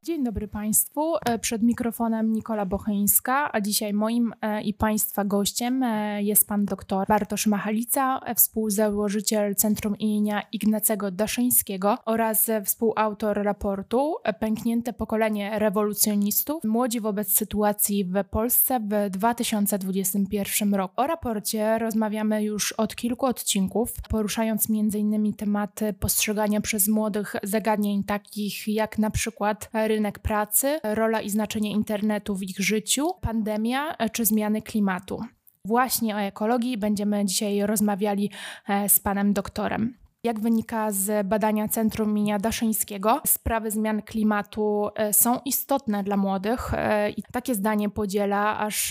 Dzień dobry Państwu. Przed mikrofonem Nikola Bocheńska, a dzisiaj moim i Państwa gościem jest Pan dr Bartosz Machalica, współzałożyciel Centrum imienia Ignacego Daszyńskiego oraz współautor raportu Pęknięte pokolenie rewolucjonistów. Młodzi wobec sytuacji w Polsce w 2021 roku. O raporcie rozmawiamy już od kilku odcinków, poruszając m.in. tematy postrzegania przez młodych zagadnień takich jak na przykład rynek pracy, rola i znaczenie internetu w ich życiu, pandemia czy zmiany klimatu. Właśnie o ekologii będziemy dzisiaj rozmawiali z panem doktorem. Jak wynika z badania Centrum imienia Daszyńskiego, sprawy zmian klimatu są istotne dla młodych i takie zdanie podziela aż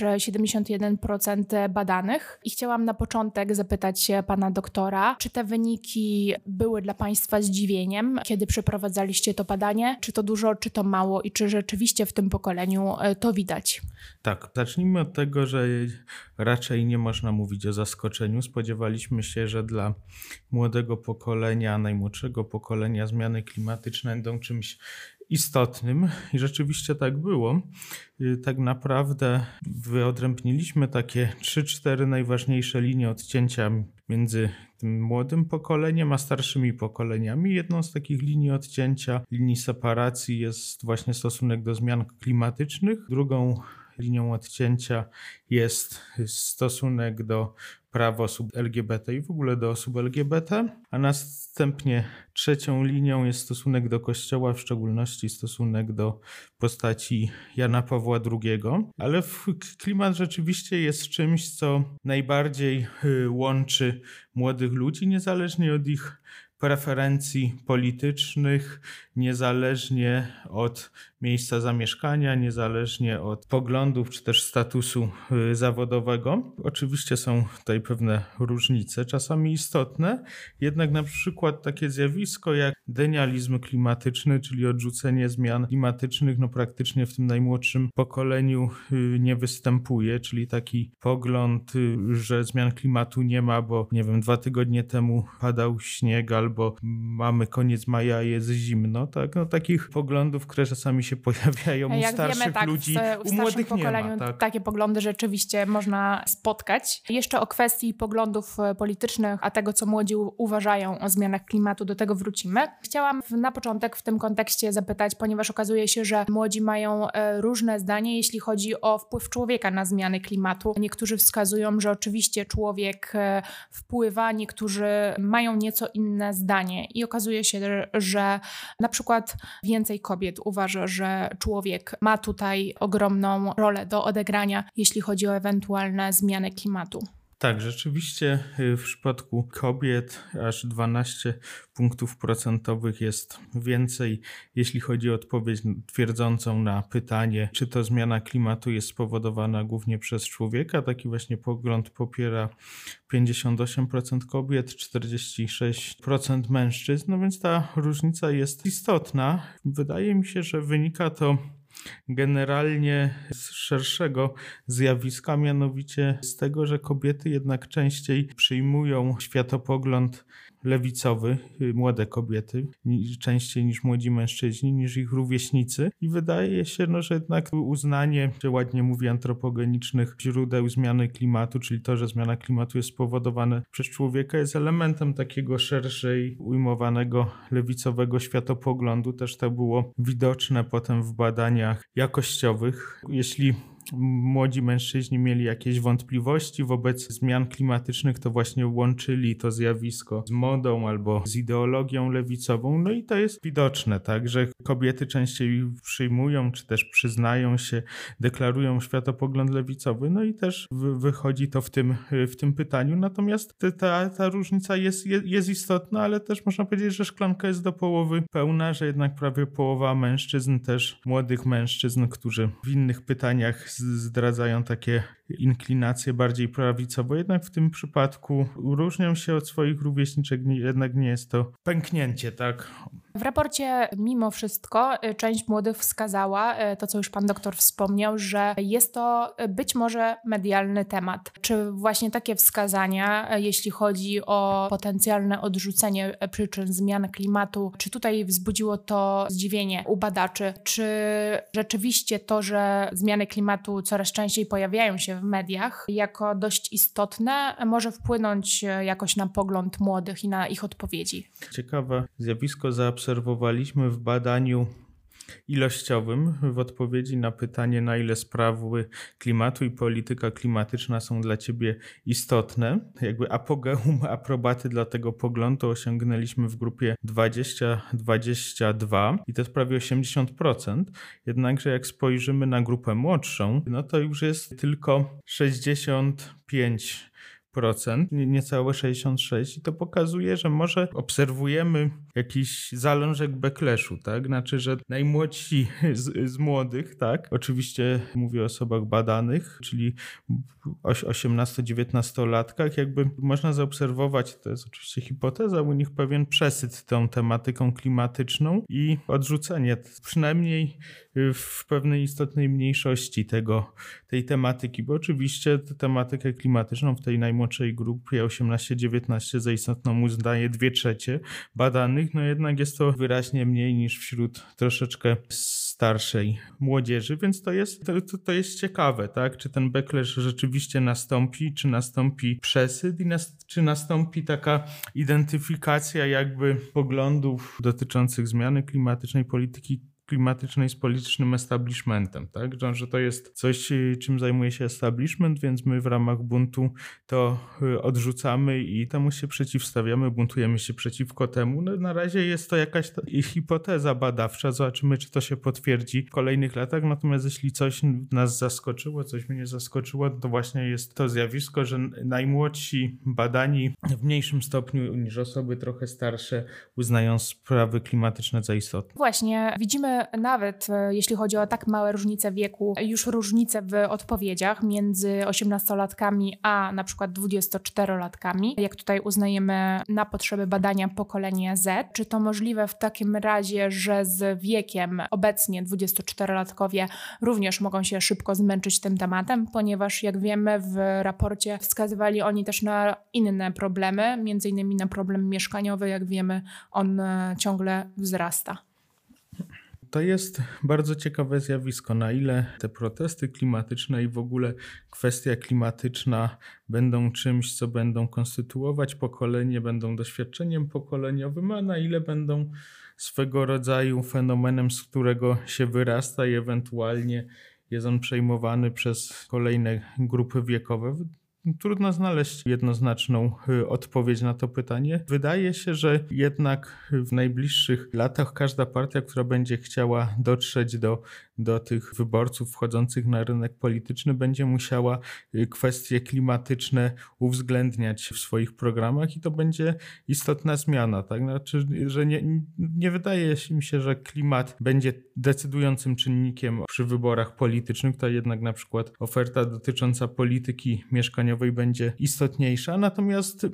71% badanych. I chciałam na początek zapytać pana doktora, czy te wyniki były dla państwa zdziwieniem, kiedy przeprowadzaliście to badanie? Czy to dużo, czy to mało i czy rzeczywiście w tym pokoleniu to widać? Tak, zacznijmy od tego, że raczej nie można mówić o zaskoczeniu. Spodziewaliśmy się, że dla młodego pokolenia, najmłodszego pokolenia zmiany klimatyczne będą czymś istotnym i rzeczywiście tak było. Tak naprawdę wyodrębniliśmy takie 3-4 najważniejsze linie odcięcia między tym młodym pokoleniem a starszymi pokoleniami. Jedną z takich linii odcięcia, linii separacji jest właśnie stosunek do zmian klimatycznych. Drugą linią odcięcia jest stosunek do praw osób LGBT i w ogóle do osób LGBT, a następnie trzecią linią jest stosunek do Kościoła, w szczególności stosunek do postaci Jana Pawła II. Ale klimat rzeczywiście jest czymś, co najbardziej łączy młodych ludzi, niezależnie od ich preferencji politycznych, niezależnie od miejsca zamieszkania, niezależnie od poglądów czy też statusu zawodowego. Oczywiście są tutaj pewne różnice, czasami istotne, jednak na przykład takie zjawisko jak denializm klimatyczny, czyli odrzucenie zmian klimatycznych, praktycznie w tym najmłodszym pokoleniu nie występuje, czyli taki pogląd, że zmian klimatu nie ma, bo 2 tygodnie temu padał śnieg albo mamy koniec maja, jest zimno. Tak? Takich poglądów, które czasami się pojawiają u starszych ludzi, u młodych nie ma. Tak? Takie poglądy rzeczywiście można spotkać. Jeszcze o kwestii poglądów politycznych, a tego, co młodzi uważają o zmianach klimatu, do tego wrócimy. Chciałam na początek w tym kontekście zapytać, ponieważ okazuje się, że młodzi mają różne zdanie, jeśli chodzi o wpływ człowieka na zmiany klimatu. Niektórzy wskazują, że oczywiście człowiek wpływa, niektórzy mają nieco inne zdanie i okazuje się, że na przykład więcej kobiet uważa, że człowiek ma tutaj ogromną rolę do odegrania, jeśli chodzi o ewentualne zmiany klimatu. Tak, rzeczywiście w przypadku kobiet aż 12 punktów procentowych jest więcej, jeśli chodzi o odpowiedź twierdzącą na pytanie, czy to zmiana klimatu jest spowodowana głównie przez człowieka. Taki właśnie pogląd popiera 58% kobiet, 46% mężczyzn, więc ta różnica jest istotna. Wydaje mi się, że wynika to generalnie z szerszego zjawiska, mianowicie z tego, że kobiety jednak częściej przyjmują światopogląd lewicowy, młode kobiety, częściej niż młodzi mężczyźni, niż ich rówieśnicy i wydaje się, że jednak uznanie, że ładnie mówi, antropogenicznych źródeł zmiany klimatu, czyli to, że zmiana klimatu jest spowodowana przez człowieka, jest elementem takiego szerszej ujmowanego lewicowego światopoglądu. Też to było widoczne potem w badaniach jakościowych. Jeśli młodzi mężczyźni mieli jakieś wątpliwości wobec zmian klimatycznych, to właśnie łączyli to zjawisko z modą albo z ideologią lewicową. I to jest widoczne, tak, że kobiety częściej przyjmują, czy też przyznają się, deklarują światopogląd lewicowy, i też wychodzi to w tym pytaniu. Natomiast ta różnica jest istotna, ale też można powiedzieć, że szklanka jest do połowy pełna, że jednak prawie połowa mężczyzn, też młodych mężczyzn, którzy w innych pytaniach zdradzają takie inklinacje bardziej prawicowe, jednak w tym przypadku różnią się od swoich rówieśniczek, jednak nie jest to pęknięcie, tak? W raporcie mimo wszystko część młodych wskazała, to co już pan doktor wspomniał, że jest to być może medialny temat. Czy właśnie takie wskazania, jeśli chodzi o potencjalne odrzucenie przyczyn zmian klimatu, czy tutaj wzbudziło to zdziwienie u badaczy? Czy rzeczywiście to, że zmiany klimatu coraz częściej pojawiają się w mediach jako dość istotne, może wpłynąć jakoś na pogląd młodych i na ich odpowiedzi? Ciekawe zjawisko zaobserwowaliśmy w badaniu ilościowym w odpowiedzi na pytanie, na ile sprawy klimatu i polityka klimatyczna są dla Ciebie istotne. Jakby apogeum aprobaty dla tego poglądu osiągnęliśmy w grupie 20-22 i to jest prawie 80%. Jednakże jak spojrzymy na grupę młodszą, no to już jest tylko 65%. Niecałe 66% i to pokazuje, że może obserwujemy jakiś zalążek backlashu, tak? Znaczy, że najmłodsi z młodych, tak? Oczywiście mówię o osobach badanych, czyli 18-19-latkach, jakby można zaobserwować, to jest oczywiście hipoteza, u nich pewien przesyt tą tematyką klimatyczną i odrzucenie, przynajmniej w pewnej istotnej mniejszości tej tematyki, bo oczywiście tę tematykę klimatyczną w tej najmłodszej grupie 18-19 za istotną uznaje 2/3 badanych, no jednak jest to wyraźnie mniej niż wśród troszeczkę starszej młodzieży, więc to jest ciekawe, tak? Czy ten backlash rzeczywiście nastąpi, czy nastąpi przesyt i czy nastąpi taka identyfikacja jakby poglądów dotyczących zmiany klimatycznej, polityki klimatycznej z politycznym establishmentem, tak? Że to jest coś, czym zajmuje się establishment, więc my w ramach buntu to odrzucamy i temu się przeciwstawiamy, buntujemy się przeciwko temu. No, na razie jest to jakaś hipoteza badawcza, zobaczymy, czy to się potwierdzi w kolejnych latach, natomiast jeśli coś nas zaskoczyło, coś mnie zaskoczyło, to właśnie jest to zjawisko, że najmłodsi badani w mniejszym stopniu niż osoby trochę starsze uznają sprawy klimatyczne za istotne. Właśnie, widzimy nawet, jeśli chodzi o tak małe różnice wieku, już różnice w odpowiedziach między 18-latkami a na przykład 24-latkami. Jak tutaj uznajemy na potrzeby badania pokolenia Z, czy to możliwe w takim razie, że z wiekiem obecnie 24-latkowie również mogą się szybko zmęczyć tym tematem, ponieważ jak wiemy w raporcie wskazywali oni też na inne problemy, między innymi na problem mieszkaniowy, jak wiemy on ciągle wzrasta. To jest bardzo ciekawe zjawisko, na ile te protesty klimatyczne i w ogóle kwestia klimatyczna będą czymś, co będą konstytuować pokolenie, będą doświadczeniem pokoleniowym, a na ile będą swego rodzaju fenomenem, z którego się wyrasta i ewentualnie jest on przejmowany przez kolejne grupy wiekowe. Trudno znaleźć jednoznaczną odpowiedź na to pytanie. Wydaje się, że jednak w najbliższych latach każda partia, która będzie chciała dotrzeć do tych wyborców wchodzących na rynek polityczny, będzie musiała kwestie klimatyczne uwzględniać w swoich programach i to będzie istotna zmiana. Tak? Znaczy, że nie wydaje mi się, że klimat będzie decydującym czynnikiem przy wyborach politycznych. To jednak na przykład oferta dotycząca polityki mieszkaniowej będzie istotniejsza, natomiast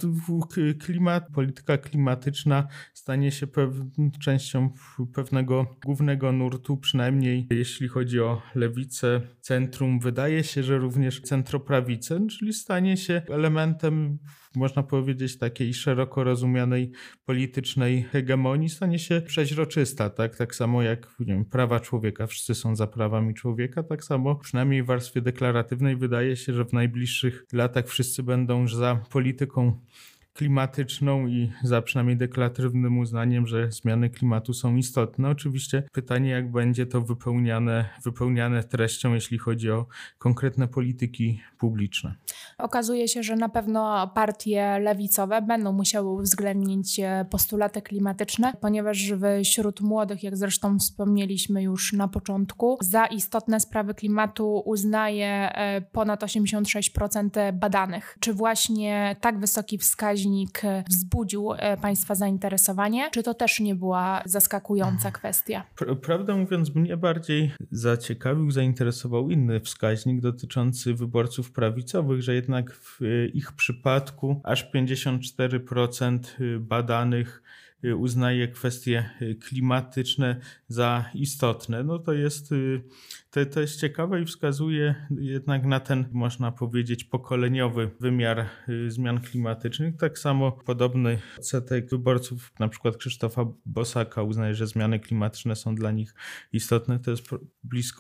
polityka klimatyczna stanie się częścią pewnego głównego nurtu, przynajmniej jeśli chodzi o lewicę, centrum. Wydaje się, że również centroprawicę, czyli stanie się elementem, można powiedzieć, takiej szeroko rozumianej politycznej hegemonii, stanie się przeźroczysta, tak? Tak samo jak prawa człowieka, wszyscy są za prawami człowieka, tak samo przynajmniej w warstwie deklaratywnej wydaje się, że w najbliższych latach wszyscy będą już za polityką klimatyczną i za przynajmniej deklaratywnym uznaniem, że zmiany klimatu są istotne. Oczywiście pytanie, jak będzie to wypełniane treścią, jeśli chodzi o konkretne polityki publiczne. Okazuje się, że na pewno partie lewicowe będą musiały uwzględnić postulaty klimatyczne, ponieważ wśród młodych, jak zresztą wspomnieliśmy już na początku, za istotne sprawy klimatu uznaje ponad 86% badanych. Czy właśnie tak wysoki wskaźnik wzbudził Państwa zainteresowanie, czy to też nie była zaskakująca kwestia? Prawdę mówiąc, mnie bardziej zainteresował inny wskaźnik dotyczący wyborców prawicowych, że jednak w ich przypadku aż 54% badanych uznaje kwestie klimatyczne za istotne. No to jest ciekawe i wskazuje jednak na ten, można powiedzieć, pokoleniowy wymiar zmian klimatycznych. Tak samo podobny odsetek wyborców, na przykład Krzysztofa Bosaka, uznaje, że zmiany klimatyczne są dla nich istotne. To jest blisko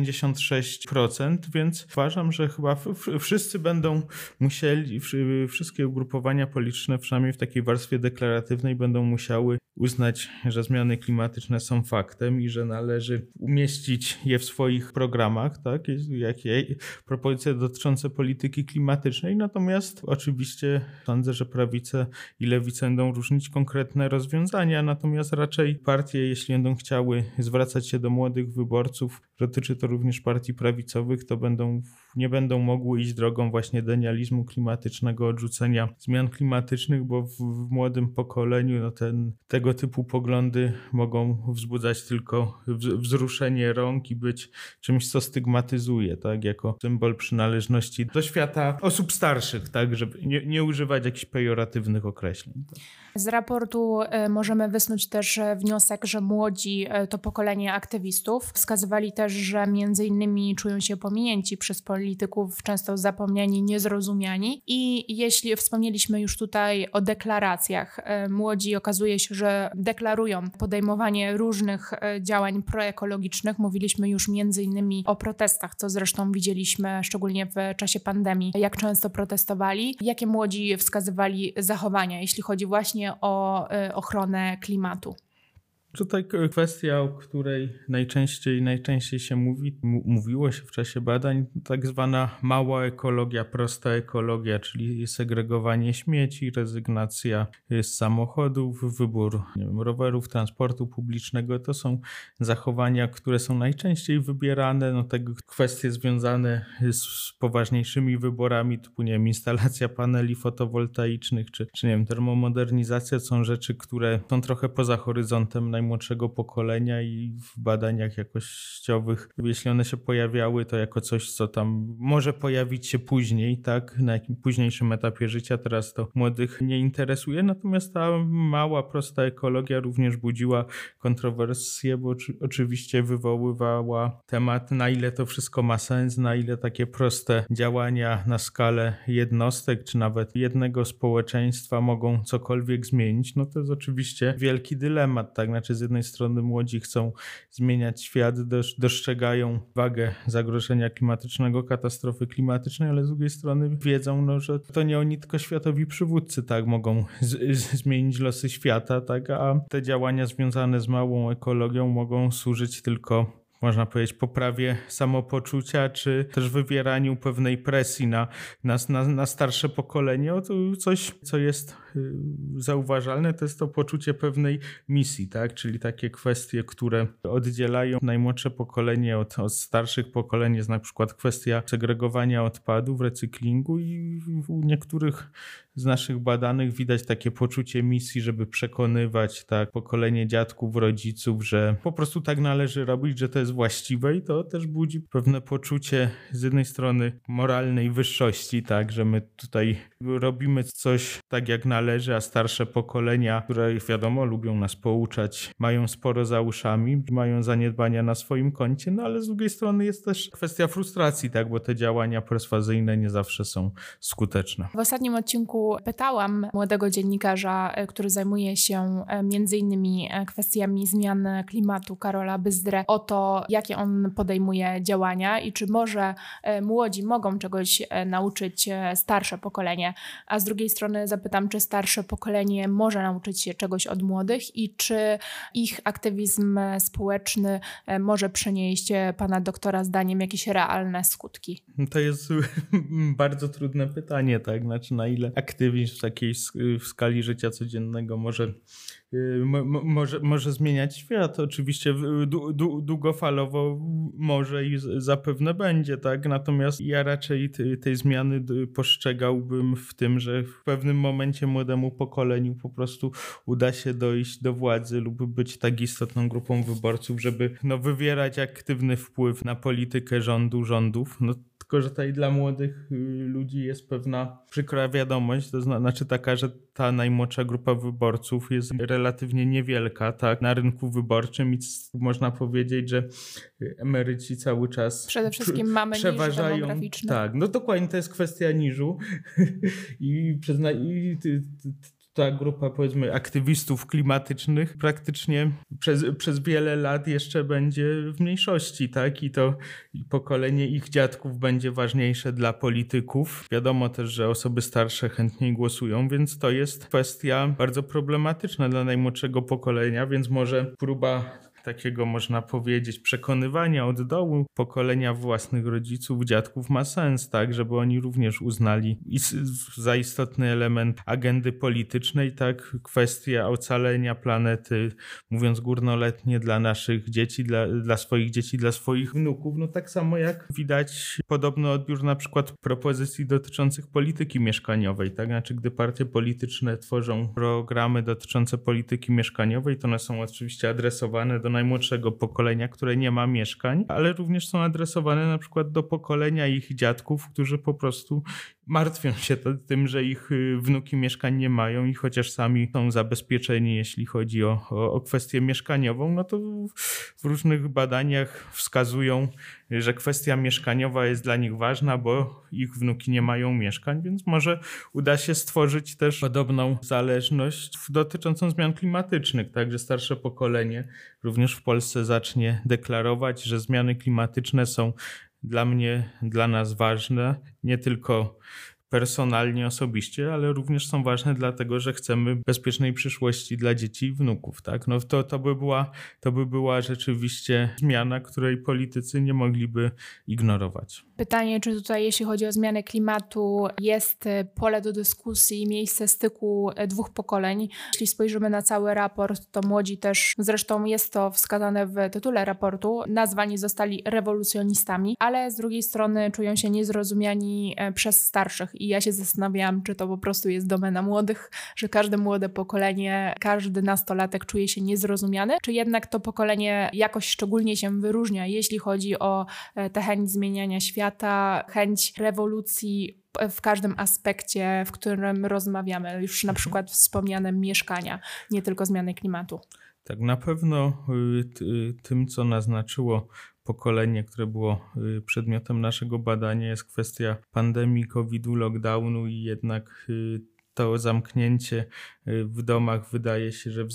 56%, więc uważam, że chyba wszyscy będą musieli, wszystkie ugrupowania polityczne, przynajmniej w takiej warstwie deklaratywnej, będą musiały uznać, że zmiany klimatyczne są faktem i że należy umieścić je w swoich programach, tak, jak propozycje dotyczące polityki klimatycznej. Natomiast oczywiście sądzę, że prawica i lewica będą różnić konkretne rozwiązania, natomiast raczej partie, jeśli będą chciały zwracać się do młodych wyborców, dotyczy to również partii prawicowych, to nie będą mogły iść drogą właśnie denializmu klimatycznego, odrzucenia zmian klimatycznych, bo w młodym pokoleniu tego typu poglądy mogą wzbudzać tylko wzruszenie rąk i być czymś, co stygmatyzuje, tak, jako symbol przynależności do świata osób starszych, tak, żeby nie używać jakichś pejoratywnych określeń. Tak. Z raportu możemy wysnuć też wniosek, że młodzi to pokolenie aktywistów. Wskazywali też, że między innymi czują się pominięci przez polityków, często zapomniani, niezrozumiani. I jeśli wspomnieliśmy już tutaj o deklaracjach, młodzi okazuje się, że deklarują podejmowanie różnych działań proekologicznych. Mówiliśmy już między innymi o protestach, co zresztą widzieliśmy szczególnie w czasie pandemii, jak często protestowali. Jakie młodzi wskazywali zachowania, jeśli chodzi właśnie o ochronę klimatu? Tutaj kwestia, o której najczęściej się mówiło się w czasie badań, tak zwana mała ekologia, prosta ekologia, czyli segregowanie śmieci, rezygnacja z samochodów, wybór rowerów, transportu publicznego. To są zachowania, które są najczęściej wybierane. No, te kwestie związane z poważniejszymi wyborami, typu instalacja paneli fotowoltaicznych, czy termomodernizacja, są rzeczy, które są trochę poza horyzontem najmłodszego pokolenia i w badaniach jakościowych, jeśli one się pojawiały, to jako coś, co tam może pojawić się później, tak, na jakim późniejszym etapie życia, teraz to młodych nie interesuje, natomiast ta mała, prosta ekologia również budziła kontrowersje, bo oczywiście wywoływała temat, na ile to wszystko ma sens, na ile takie proste działania na skalę jednostek, czy nawet jednego społeczeństwa mogą cokolwiek zmienić. No to jest oczywiście wielki dylemat, tak, znaczy z jednej strony młodzi chcą zmieniać świat, dostrzegają wagę zagrożenia klimatycznego, katastrofy klimatycznej, ale z drugiej strony wiedzą, że to nie oni, tylko światowi przywódcy, tak, mogą zmienić losy świata, tak, a te działania związane z małą ekologią mogą służyć tylko, można powiedzieć, poprawie samopoczucia, czy też wywieraniu pewnej presji na starsze pokolenie. To coś, co jest zauważalne, to jest to poczucie pewnej misji, tak? Czyli takie kwestie, które oddzielają najmłodsze pokolenie od starszych pokoleń, jest na przykład kwestia segregowania odpadów, recyklingu i u niektórych z naszych badanych widać takie poczucie misji, żeby przekonywać tak pokolenie dziadków, rodziców, że po prostu tak należy robić, że to jest właściwe i to też budzi pewne poczucie z jednej strony moralnej wyższości, tak, że my tutaj robimy coś tak jak należy, a starsze pokolenia, które wiadomo lubią nas pouczać, mają sporo za uszami, mają zaniedbania na swoim koncie, no ale z drugiej strony jest też kwestia frustracji, tak, bo te działania perswazyjne nie zawsze są skuteczne. W ostatnim odcinku pytałam młodego dziennikarza, który zajmuje się między innymi kwestiami zmian klimatu, Karola Byzdrę, o to, jakie on podejmuje działania i czy może młodzi mogą czegoś nauczyć starsze pokolenie, a z drugiej strony zapytam, czy starsze pokolenie może nauczyć się czegoś od młodych i czy ich aktywizm społeczny może przynieść pana doktora zdaniem jakieś realne skutki? To jest bardzo trudne pytanie, tak? Znaczy, na ile aktywizm w skali życia codziennego może zmieniać świat. Oczywiście długofalowo może i zapewne będzie, tak? Natomiast ja raczej tej zmiany postrzegałbym w tym, że w pewnym momencie młodemu pokoleniu po prostu uda się dojść do władzy lub być tak istotną grupą wyborców, żeby wywierać aktywny wpływ na politykę rządów. No, tylko że tutaj dla młodych ludzi jest pewna przykra wiadomość, to znaczy taka, że ta najmłodsza grupa wyborców jest relatywnie niewielka, tak, na rynku wyborczym i można powiedzieć, że emeryci cały czas przede wszystkim mamy przeważają. Niż demograficzny. Tak, no dokładnie, to jest kwestia niżu i ta grupa, powiedzmy, aktywistów klimatycznych praktycznie przez wiele lat jeszcze będzie w mniejszości, tak? I to pokolenie ich dziadków będzie ważniejsze dla polityków. Wiadomo też, że osoby starsze chętniej głosują, więc to jest kwestia bardzo problematyczna dla najmłodszego pokolenia, więc może próba takiego, można powiedzieć, przekonywania od dołu pokolenia własnych rodziców, dziadków ma sens, tak, żeby oni również uznali za istotny element agendy politycznej, tak, kwestia ocalenia planety, mówiąc górnoletnie, dla naszych dzieci, dla swoich dzieci, dla swoich wnuków, no tak samo jak widać podobny odbiór na przykład propozycji dotyczących polityki mieszkaniowej, tak, znaczy gdy partie polityczne tworzą programy dotyczące polityki mieszkaniowej, to one są oczywiście adresowane do najmłodszego pokolenia, które nie ma mieszkań, ale również są adresowane na przykład do pokolenia ich dziadków, którzy po prostu martwią się tym, że ich wnuki mieszkań nie mają i chociaż sami są zabezpieczeni, jeśli chodzi o kwestię mieszkaniową, no to w różnych badaniach wskazują, że kwestia mieszkaniowa jest dla nich ważna, bo ich wnuki nie mają mieszkań, więc może uda się stworzyć też podobną zależność dotyczącą zmian klimatycznych, tak, że starsze pokolenie również w Polsce zacznie deklarować, że zmiany klimatyczne są dla nas ważne, nie tylko personalnie, osobiście, ale również są ważne dlatego, że chcemy bezpiecznej przyszłości dla dzieci i wnuków, tak? No to by była rzeczywiście zmiana, której politycy nie mogliby ignorować. Pytanie, czy tutaj, jeśli chodzi o zmianę klimatu, jest pole do dyskusji, miejsce styku dwóch pokoleń. Jeśli spojrzymy na cały raport, to młodzi też, zresztą jest to wskazane w tytule raportu, nazwani zostali rewolucjonistami, ale z drugiej strony czują się niezrozumiani przez starszych. I ja się zastanawiałam, czy to po prostu jest domena młodych, że każde młode pokolenie, każdy nastolatek czuje się niezrozumiany, czy jednak to pokolenie jakoś szczególnie się wyróżnia, jeśli chodzi o tę chęć zmieniania świata, chęć rewolucji w każdym aspekcie, w którym rozmawiamy, już na przykład wspomniane mieszkania, nie tylko zmiany klimatu. Tak, na pewno tym, co naznaczyło pokolenie, które było przedmiotem naszego badania, jest kwestia pandemii, COVID-u, lockdownu i jednak to zamknięcie w domach wydaje się, że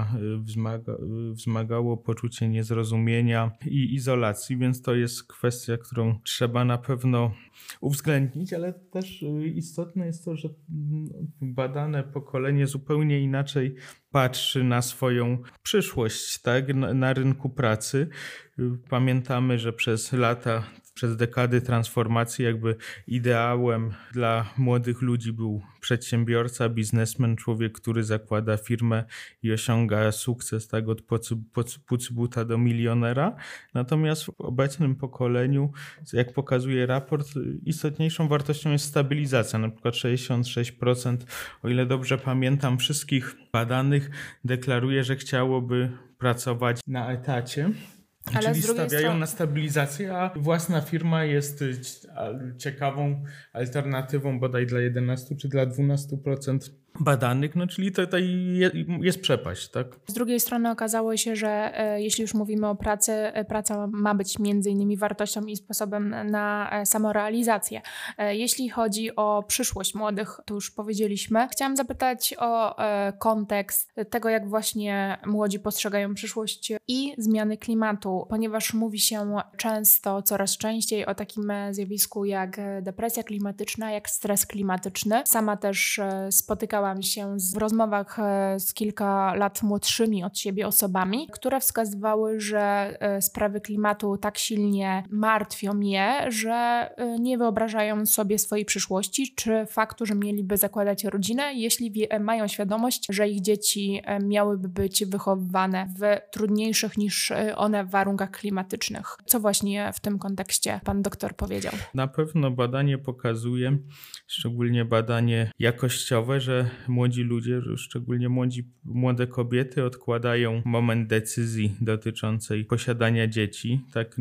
wzmagało poczucie niezrozumienia i izolacji, więc to jest kwestia, którą trzeba na pewno uwzględnić, ale też istotne jest to, że badane pokolenie zupełnie inaczej patrzy na swoją przyszłość, tak, na rynku pracy. Pamiętamy, że przez lata, przez dekady transformacji jakby ideałem dla młodych ludzi był przedsiębiorca, biznesmen, człowiek, który zakłada firmę i osiąga sukces, tak, od pucybuta do milionera. Natomiast w obecnym pokoleniu, jak pokazuje raport, istotniejszą wartością jest stabilizacja. Na przykład 66%, o ile dobrze pamiętam, wszystkich badanych deklaruje, że chciałoby pracować na etacie. Ale czyli stawiają na stabilizację, a własna firma jest ciekawą alternatywą bodaj dla 11 czy dla 12% badanych, no czyli tutaj jest przepaść, tak? Z drugiej strony okazało się, że jeśli już mówimy o pracy, praca ma być między innymi wartością i sposobem na samorealizację. Jeśli chodzi o przyszłość młodych, to już powiedzieliśmy. Chciałam zapytać o kontekst tego, jak właśnie młodzi postrzegają przyszłość i zmiany klimatu, ponieważ mówi się często, coraz częściej o takim zjawisku jak depresja klimatyczna, jak stres klimatyczny. Sama też spotykałam się w rozmowach z kilka lat młodszymi od siebie osobami, które wskazywały, że sprawy klimatu tak silnie martwią je, że nie wyobrażają sobie swojej przyszłości, czy faktu, że mieliby zakładać rodzinę, jeśli mają świadomość, że ich dzieci miałyby być wychowywane w trudniejszych niż one warunkach klimatycznych. Co właśnie w tym kontekście pan doktor powiedział? Na pewno badanie pokazuje, szczególnie badanie jakościowe, że młodzi ludzie, szczególnie młode kobiety odkładają moment decyzji dotyczącej posiadania dzieci. Tak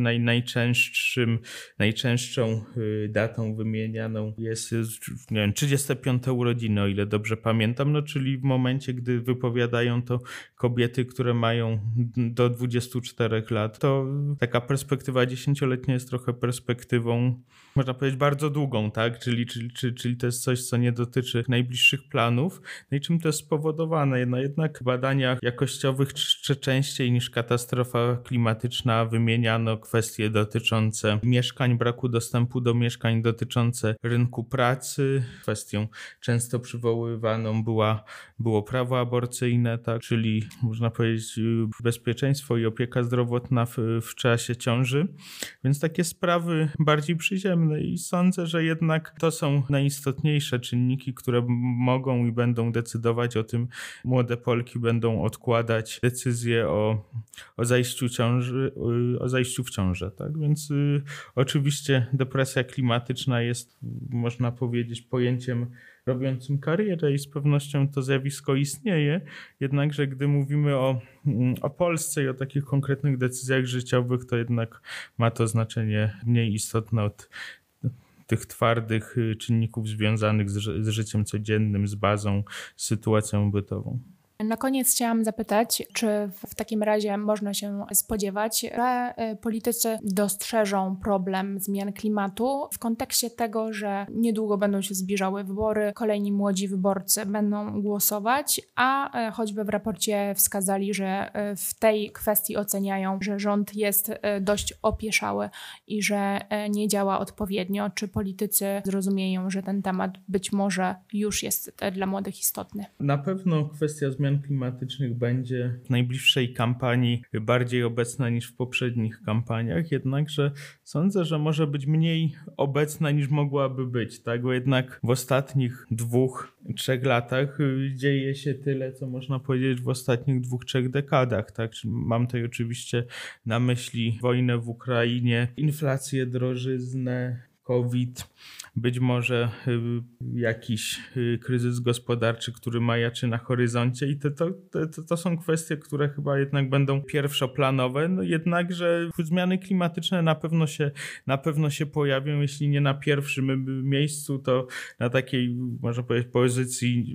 najczęstszą datą wymienianą jest, nie wiem, 35 urodziny, o ile dobrze pamiętam, no czyli w momencie, gdy wypowiadają to kobiety, które mają do 24 lat. To taka perspektywa 10-letnia jest trochę perspektywą, można powiedzieć, bardzo długą, tak? Czyli to jest coś, co nie dotyczy najbliższych planów. No i czym to jest spowodowane? No jednak w badaniach jakościowych częściej niż katastrofa klimatyczna wymieniano kwestie dotyczące mieszkań, braku dostępu do mieszkań, dotyczące rynku pracy. Kwestią często przywoływaną było prawo aborcyjne, tak? Czyli można powiedzieć bezpieczeństwo i opieka zdrowotna w czasie ciąży. Więc takie sprawy bardziej przyziemne i sądzę, że jednak to są najistotniejsze czynniki, które mogą i będą decydować o tym. Młode Polki będą odkładać decyzję o zajściu w ciążę. Tak? Więc oczywiście depresja klimatyczna jest, można powiedzieć, pojęciem robiącym karierę i z pewnością to zjawisko istnieje. Jednakże gdy mówimy o Polsce i o takich konkretnych decyzjach życiowych, to jednak ma to znaczenie mniej istotne od tych twardych czynników związanych z życiem codziennym, z bazą, z sytuacją bytową. Na koniec chciałam zapytać, czy w takim razie można się spodziewać, że politycy dostrzeżą problem zmian klimatu w kontekście tego, że niedługo będą się zbliżały wybory, kolejni młodzi wyborcy będą głosować, a choćby w raporcie wskazali, że w tej kwestii oceniają, że rząd jest dość opieszały i że nie działa odpowiednio. Czy politycy zrozumieją, że ten temat być może już jest dla młodych istotny? Na pewno kwestia zmian klimatycznych będzie w najbliższej kampanii bardziej obecna niż w poprzednich kampaniach, jednakże sądzę, że może być mniej obecna niż mogłaby być, tak? Bo jednak w ostatnich 2-3 latach dzieje się tyle, co można powiedzieć w ostatnich 2-3 dekadach, tak? Mam tutaj oczywiście na myśli wojnę w Ukrainie, inflację, drożyznę, COVID, być może jakiś kryzys gospodarczy, który majaczy na horyzoncie i to są kwestie, które chyba jednak będą pierwszoplanowe, no jednakże zmiany klimatyczne na pewno się pojawią, jeśli nie na pierwszym miejscu, to na takiej, można powiedzieć, pozycji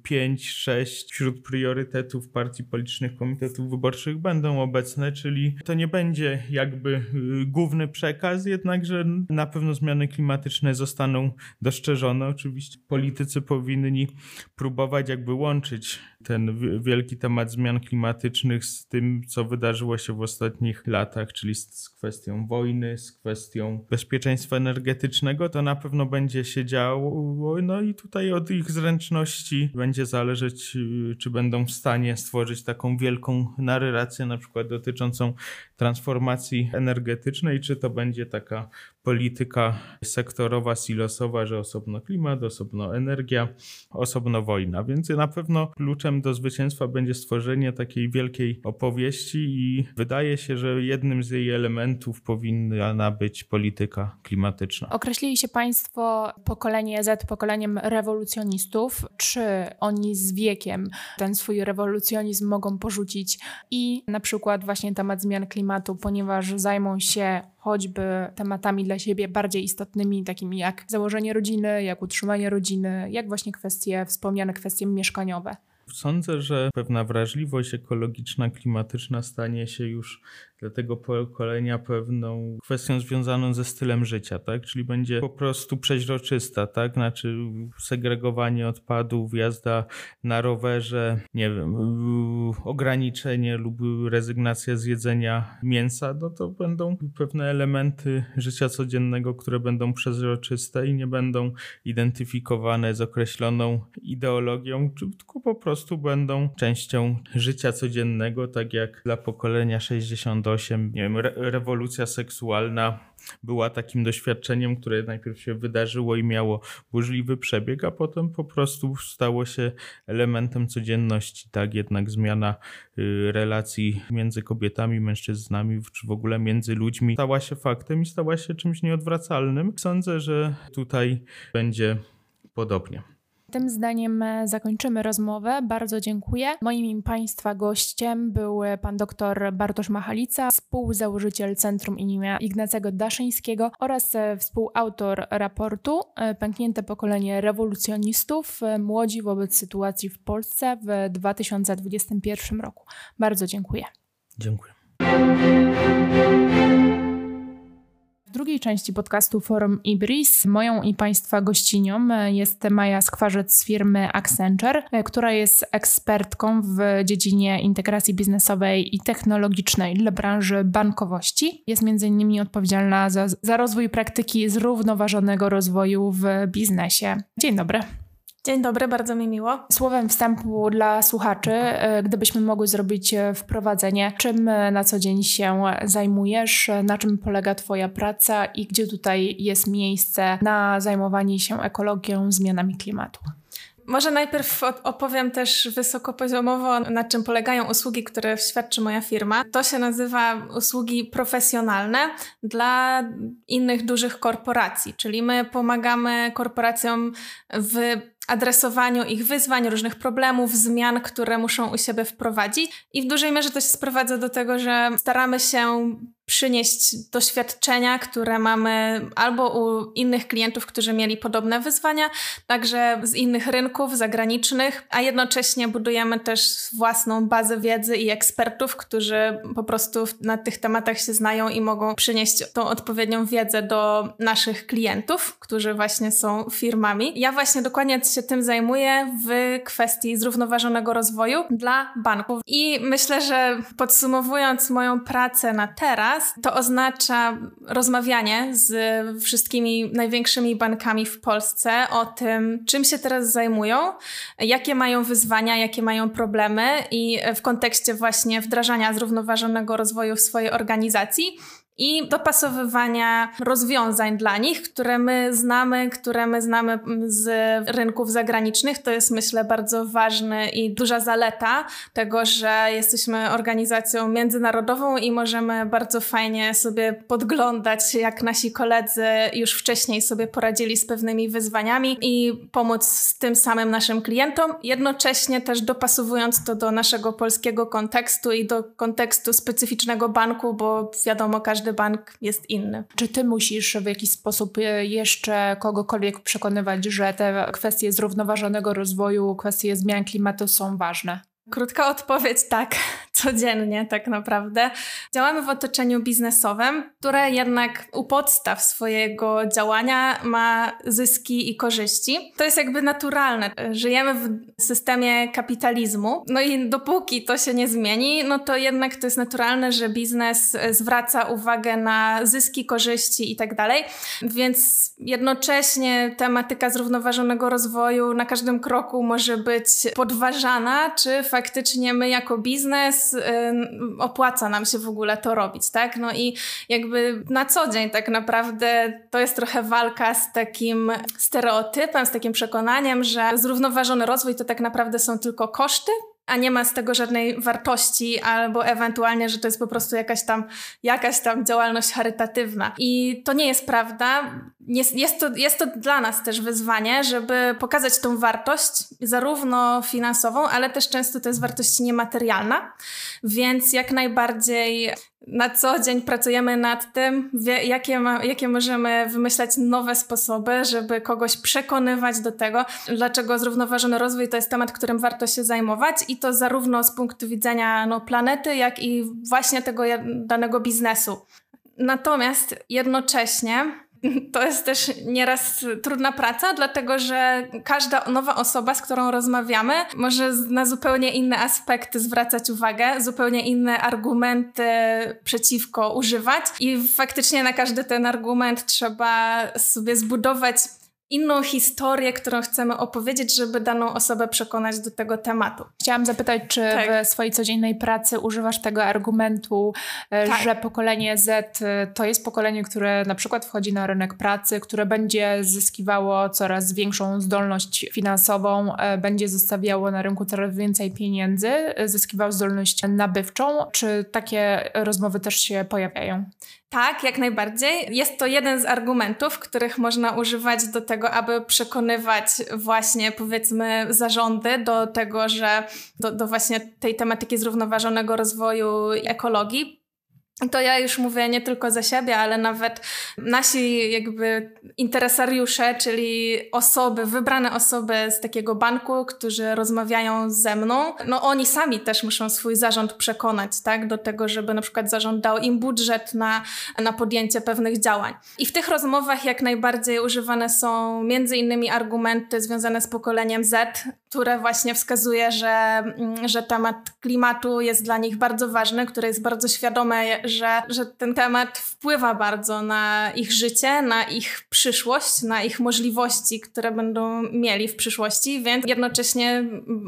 5-6 wśród priorytetów partii politycznych, komitetów wyborczych będą obecne, czyli to nie będzie jakby główny przekaz, jednakże na pewno zmiany klimatyczne zostaną dostrzeżone. Oczywiście politycy powinni próbować jakby łączyć ten wielki temat zmian klimatycznych z tym, co wydarzyło się w ostatnich latach, czyli z kwestią wojny, z kwestią bezpieczeństwa energetycznego. To na pewno będzie się działo, no i tutaj od ich zręczności będzie zależeć, czy będą w stanie stworzyć taką wielką narrację, na przykład dotyczącą transformacji energetycznej, czy to będzie taka polityka sektorowa, silosowa, że osobno klimat, osobno energia, osobno wojna. Więc na pewno kluczem do zwycięstwa będzie stworzenie takiej wielkiej opowieści i wydaje się, że jednym z jej elementów powinna być polityka klimatyczna. Określili się Państwo pokolenie Z pokoleniem rewolucjonistów. Czy oni z wiekiem ten swój rewolucjonizm mogą porzucić i na przykład właśnie temat zmian klimatu, ponieważ zajmą się choćby tematami dla siebie bardziej istotnymi, takimi jak założenie rodziny, jak utrzymanie rodziny, jak właśnie wspomniane kwestie mieszkaniowe? Sądzę, że pewna wrażliwość ekologiczna, klimatyczna stanie się już dla tego pokolenia pewną kwestią związaną ze stylem życia, tak? Czyli będzie po prostu przeźroczysta, tak? Znaczy segregowanie odpadów, jazda na rowerze, nie wiem, ograniczenie lub rezygnacja z jedzenia mięsa, no to będą pewne elementy życia codziennego, które będą przeźroczyste i nie będą identyfikowane z określoną ideologią, tylko po prostu będą częścią życia codziennego, tak jak dla pokolenia 68, nie wiem, rewolucja seksualna była takim doświadczeniem, które najpierw się wydarzyło i miało burzliwy przebieg, a potem po prostu stało się elementem codzienności. Tak jednak zmiana relacji między kobietami, mężczyznami, czy w ogóle między ludźmi stała się faktem i stała się czymś nieodwracalnym. Sądzę, że tutaj będzie podobnie. Tym zdaniem zakończymy rozmowę. Bardzo dziękuję. Moim i Państwa gościem był pan dr Bartosz Machalica, współzałożyciel Centrum imienia Ignacego Daszyńskiego oraz współautor raportu Pęknięte pokolenie rewolucjonistów. Młodzi wobec sytuacji w Polsce w 2021 roku. Bardzo dziękuję. Dziękuję. W drugiej części podcastu Forum Ibris moją i Państwa gościnią jest Maja Skwarzec z firmy Accenture, która jest ekspertką w dziedzinie integracji biznesowej i technologicznej dla branży bankowości. Jest m.in. odpowiedzialna za rozwój praktyki zrównoważonego rozwoju w biznesie. Dzień dobry. Dzień dobry, bardzo mi miło. Słowem wstępu dla słuchaczy, gdybyśmy mogły zrobić wprowadzenie, czym na co dzień się zajmujesz, na czym polega Twoja praca i gdzie tutaj jest miejsce na zajmowanie się ekologią, zmianami klimatu? Może najpierw opowiem też wysokopoziomowo, na czym polegają usługi, które świadczy moja firma. To się nazywa usługi profesjonalne dla innych dużych korporacji, czyli my pomagamy korporacjom w adresowaniu ich wyzwań, różnych problemów, zmian, które muszą u siebie wprowadzić. I w dużej mierze to się sprowadza do tego, że staramy się przynieść doświadczenia, które mamy albo u innych klientów, którzy mieli podobne wyzwania, także z innych rynków zagranicznych, a jednocześnie budujemy też własną bazę wiedzy i ekspertów, którzy po prostu na tych tematach się znają i mogą przynieść tą odpowiednią wiedzę do naszych klientów, którzy właśnie są firmami. Ja właśnie dokładnie się tym zajmuję w kwestii zrównoważonego rozwoju dla banków. I myślę, że podsumowując moją pracę na teraz, to oznacza rozmawianie z wszystkimi największymi bankami w Polsce o tym, czym się teraz zajmują, jakie mają wyzwania, jakie mają problemy i w kontekście właśnie wdrażania zrównoważonego rozwoju w swojej organizacji i dopasowywania rozwiązań dla nich, które my znamy z rynków zagranicznych. To jest, myślę, bardzo ważny i duża zaleta tego, że jesteśmy organizacją międzynarodową i możemy bardzo fajnie sobie podglądać, jak nasi koledzy już wcześniej sobie poradzili z pewnymi wyzwaniami i pomóc tym samym naszym klientom, jednocześnie też dopasowując to do naszego polskiego kontekstu i do kontekstu specyficznego banku, bo wiadomo, każdy bank jest inny. Czy ty musisz w jakiś sposób jeszcze kogokolwiek przekonywać, że te kwestie zrównoważonego rozwoju, kwestie zmian klimatu są ważne? Krótka odpowiedź, tak, codziennie tak naprawdę. Działamy w otoczeniu biznesowym, które jednak u podstaw swojego działania ma zyski i korzyści. To jest jakby naturalne. Żyjemy w systemie kapitalizmu, no i dopóki to się nie zmieni, no to jednak to jest naturalne, że biznes zwraca uwagę na zyski, korzyści i tak dalej, więc jednocześnie tematyka zrównoważonego rozwoju na każdym kroku może być podważana, czy faktycznie my jako biznes opłaca nam się w ogóle to robić, tak? No i jakby na co dzień tak naprawdę to jest trochę walka z takim stereotypem, z takim przekonaniem, że zrównoważony rozwój to tak naprawdę są tylko koszty, a nie ma z tego żadnej wartości, albo ewentualnie, że to jest po prostu jakaś tam działalność charytatywna. I to nie jest prawda. Jest to dla nas też wyzwanie, żeby pokazać tą wartość, zarówno finansową, ale też często to jest wartość niematerialna, więc jak najbardziej na co dzień pracujemy nad tym, jakie możemy wymyślać nowe sposoby, żeby kogoś przekonywać do tego, dlaczego zrównoważony rozwój to jest temat, którym warto się zajmować i to zarówno z punktu widzenia planety, jak i właśnie tego danego biznesu. Natomiast jednocześnie to jest też nieraz trudna praca, dlatego że każda nowa osoba, z którą rozmawiamy, może na zupełnie inne aspekty zwracać uwagę, zupełnie inne argumenty przeciwko używać i faktycznie na każdy ten argument trzeba sobie zbudować inną historię, którą chcemy opowiedzieć, żeby daną osobę przekonać do tego tematu. Chciałam zapytać, czy w swojej codziennej pracy używasz tego argumentu, że pokolenie Z to jest pokolenie, które na przykład wchodzi na rynek pracy, które będzie zyskiwało coraz większą zdolność finansową, będzie zostawiało na rynku coraz więcej pieniędzy, zyskiwało zdolność nabywczą. Czy takie rozmowy też się pojawiają? Tak, jak najbardziej. Jest to jeden z argumentów, których można używać do tego, tego, aby przekonywać właśnie, powiedzmy, zarządy do tego, że do właśnie tej tematyki zrównoważonego rozwoju i ekologii. To ja już mówię nie tylko za siebie, ale nawet nasi jakby interesariusze, czyli wybrane osoby z takiego banku, którzy rozmawiają ze mną, no oni sami też muszą swój zarząd przekonać, tak, do tego, żeby na przykład zarząd dał im budżet na podjęcie pewnych działań. I w tych rozmowach jak najbardziej używane są między innymi argumenty związane z pokoleniem Z, które właśnie wskazuje, że temat klimatu jest dla nich bardzo ważny, które jest bardzo świadome, że ten temat wpływa bardzo na ich życie, na ich przyszłość, na ich możliwości, które będą mieli w przyszłości, więc jednocześnie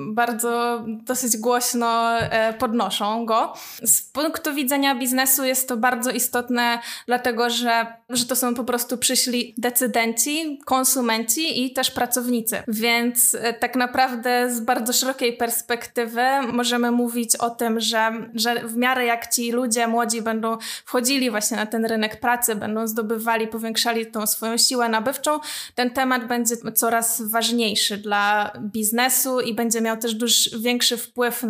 bardzo dosyć głośno podnoszą go. Z punktu widzenia biznesu jest to bardzo istotne, dlatego że to są po prostu przyszli decydenci, konsumenci i też pracownicy. Więc tak naprawdę z bardzo szerokiej perspektywy możemy mówić o tym, że w miarę jak ci ludzie młodzi będą wchodzili właśnie na ten rynek pracy, będą zdobywali, powiększali tą swoją siłę nabywczą, ten temat będzie coraz ważniejszy dla biznesu i będzie miał też dużo większy wpływ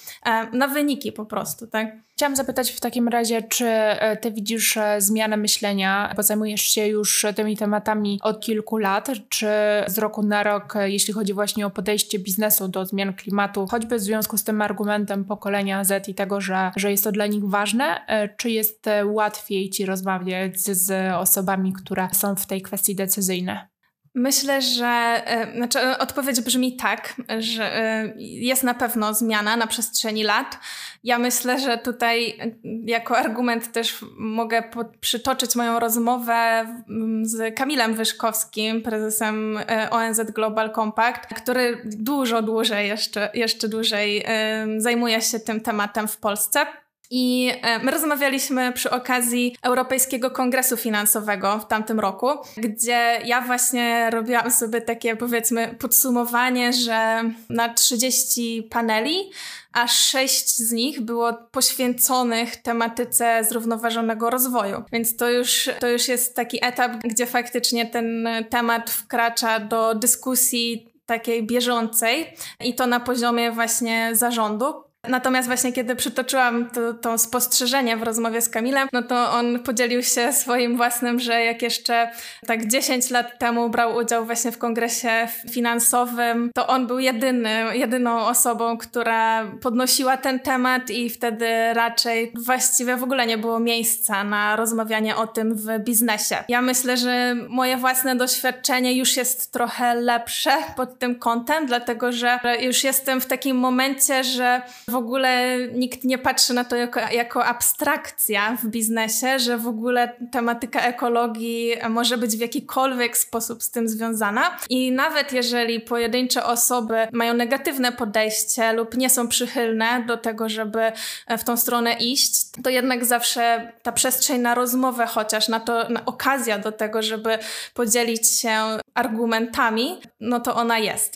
na wyniki po prostu, tak? Chciałam zapytać w takim razie, czy ty widzisz zmianę myślenia, bo zajmujesz się już tymi tematami od kilku lat, czy z roku na rok, jeśli chodzi właśnie o podejście biznesu do zmian klimatu, choćby w związku z tym argumentem pokolenia Z i tego, że jest to dla nich ważne, czy jest łatwiej ci rozmawiać z osobami, które są w tej kwestii decyzyjne? Myślę, że odpowiedź brzmi tak, że jest na pewno zmiana na przestrzeni lat. Ja myślę, że tutaj jako argument też mogę przytoczyć moją rozmowę z Kamilem Wyszkowskim, prezesem ONZ Global Compact, który dużo dłużej, jeszcze dłużej zajmuje się tym tematem w Polsce. I my rozmawialiśmy przy okazji Europejskiego Kongresu Finansowego w tamtym roku, gdzie ja właśnie robiłam sobie takie, powiedzmy, podsumowanie, że na 30 paneli aż 6 z nich było poświęconych tematyce zrównoważonego rozwoju. Więc to już jest taki etap, gdzie faktycznie ten temat wkracza do dyskusji takiej bieżącej i to na poziomie właśnie zarządu. Natomiast właśnie kiedy przytoczyłam to spostrzeżenie w rozmowie z Kamilem, no to on podzielił się swoim własnym, że jak jeszcze tak 10 lat temu brał udział właśnie w kongresie finansowym, to on był jedyną osobą, która podnosiła ten temat i wtedy raczej właściwie w ogóle nie było miejsca na rozmawianie o tym w biznesie. Ja myślę, że moje własne doświadczenie już jest trochę lepsze pod tym kątem, dlatego że już jestem w takim momencie, że w ogóle nikt nie patrzy na to jako abstrakcja w biznesie, że w ogóle tematyka ekologii może być w jakikolwiek sposób z tym związana. I nawet jeżeli pojedyncze osoby mają negatywne podejście lub nie są przychylne do tego, żeby w tą stronę iść, to jednak zawsze ta przestrzeń na rozmowę chociaż, na okazja do tego, żeby podzielić się argumentami, no to ona jest,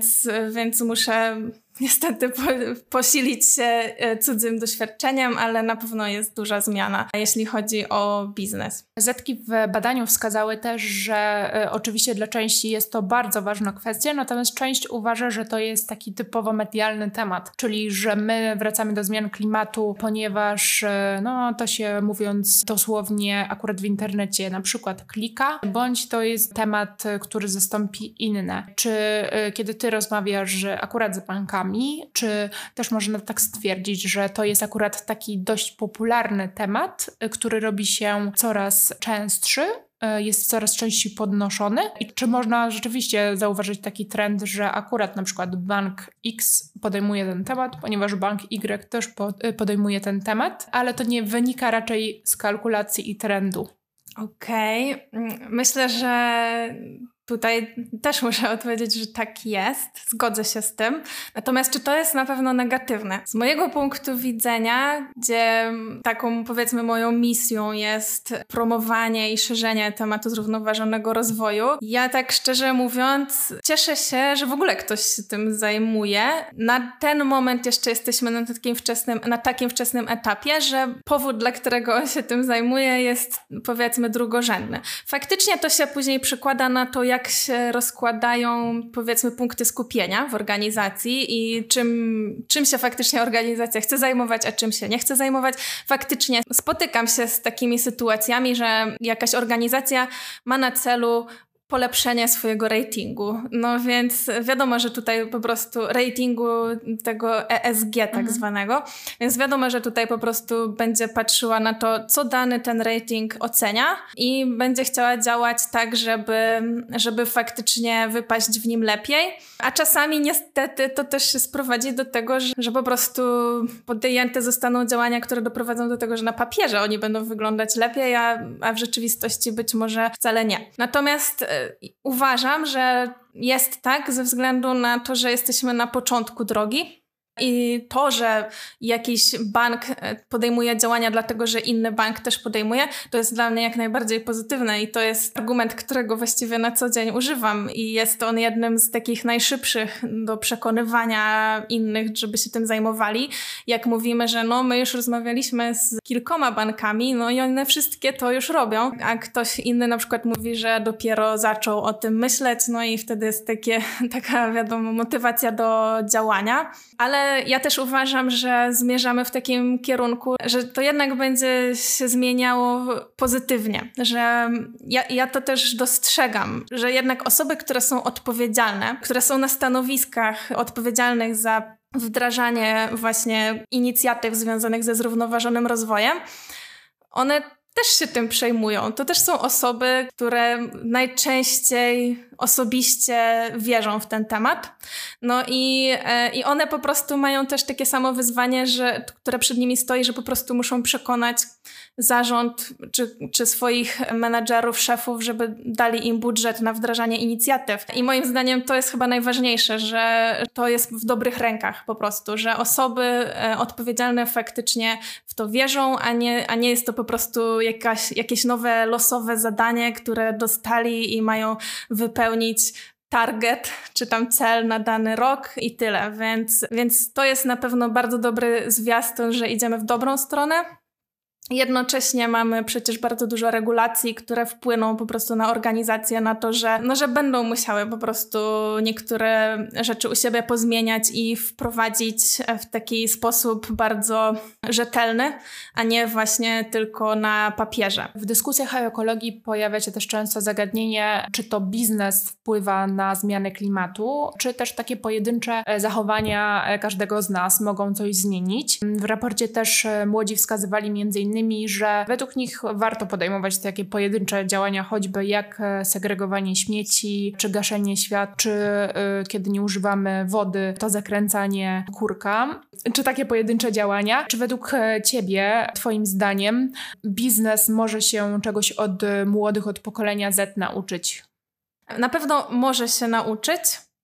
więc muszę niestety posilić się cudzym doświadczeniem, ale na pewno jest duża zmiana, jeśli chodzi o biznes. Zetki w badaniu wskazały też, że oczywiście dla części jest to bardzo ważna kwestia, natomiast część uważa, że to jest taki typowo medialny temat, czyli że my wracamy do zmian klimatu, ponieważ to się mówiąc dosłownie akurat w internecie na przykład klika, bądź to jest temat, który zastąpi inne. Czy kiedy ty rozmawiasz akurat z bankami, czy też można tak stwierdzić, że to jest akurat taki dość popularny temat, który robi się coraz częstszy, jest coraz częściej podnoszony? I czy można rzeczywiście zauważyć taki trend, że akurat na przykład bank X podejmuje ten temat, ponieważ bank Y też podejmuje ten temat, ale to nie wynika raczej z kalkulacji i trendu? Okej. Myślę, że tutaj też muszę odpowiedzieć, że tak jest. Zgodzę się z tym. Natomiast czy to jest na pewno negatywne? Z mojego punktu widzenia, gdzie taką, powiedzmy, moją misją jest promowanie i szerzenie tematu zrównoważonego rozwoju, ja tak szczerze mówiąc cieszę się, że w ogóle ktoś się tym zajmuje. Na ten moment jeszcze jesteśmy na takim wczesnym etapie, że powód, dla którego on się tym zajmuje, jest, powiedzmy, drugorzędny. Faktycznie to się później przekłada na to, jak się rozkładają, powiedzmy, punkty skupienia w organizacji i czym się faktycznie organizacja chce zajmować, a czym się nie chce zajmować. Faktycznie spotykam się z takimi sytuacjami, że jakaś organizacja ma na celu polepszenie swojego ratingu. No więc wiadomo, że tutaj po prostu ratingu tego ESG tak zwanego, więc wiadomo, że tutaj po prostu będzie patrzyła na to, co dany ten rating ocenia i będzie chciała działać tak, żeby faktycznie wypaść w nim lepiej. A czasami niestety to też się sprowadzi do tego, że po prostu podjęte zostaną działania, które doprowadzą do tego, że na papierze oni będą wyglądać lepiej, a w rzeczywistości być może wcale nie. Natomiast uważam, że jest tak ze względu na to, że jesteśmy na początku drogi i to, że jakiś bank podejmuje działania dlatego, że inny bank też podejmuje, to jest dla mnie jak najbardziej pozytywne i to jest argument, którego właściwie na co dzień używam i jest on jednym z takich najszybszych do przekonywania innych, żeby się tym zajmowali. Jak mówimy, że my już rozmawialiśmy z kilkoma bankami, i one wszystkie to już robią, a ktoś inny na przykład mówi, że dopiero zaczął o tym myśleć, i wtedy jest taka wiadomo motywacja do działania. Ale ja też uważam, że zmierzamy w takim kierunku, że to jednak będzie się zmieniało pozytywnie, że ja to też dostrzegam, że jednak osoby, które są odpowiedzialne, które są na stanowiskach odpowiedzialnych za wdrażanie właśnie inicjatyw związanych ze zrównoważonym rozwojem, one też się tym przejmują. To też są osoby, które najczęściej osobiście wierzą w ten temat. I one po prostu mają też takie samo wyzwanie, które przed nimi stoi, że po prostu muszą przekonać zarząd czy swoich menadżerów, szefów, żeby dali im budżet na wdrażanie inicjatyw. I moim zdaniem to jest chyba najważniejsze, że to jest w dobrych rękach po prostu, że osoby odpowiedzialne faktycznie w to wierzą, a nie jest to po prostu jakieś nowe losowe zadanie, które dostali i mają wypełnić target, czy tam cel na dany rok i tyle. Więc to jest na pewno bardzo dobry zwiastun, że idziemy w dobrą stronę. Jednocześnie mamy przecież bardzo dużo regulacji, które wpłyną po prostu na organizację, na to, że będą musiały po prostu niektóre rzeczy u siebie pozmieniać i wprowadzić w taki sposób bardzo rzetelny, a nie właśnie tylko na papierze. W dyskusjach o ekologii pojawia się też często zagadnienie, czy to biznes wpływa na zmianę klimatu, czy też takie pojedyncze zachowania każdego z nas mogą coś zmienić. W raporcie też młodzi wskazywali m.in., że według nich warto podejmować takie pojedyncze działania, choćby jak segregowanie śmieci, czy gaszenie światła, czy kiedy nie używamy wody, to zakręcanie kurka, czy takie pojedyncze działania. Czy według Ciebie, Twoim zdaniem, biznes może się czegoś od młodych, od pokolenia Z nauczyć? Na pewno może się nauczyć.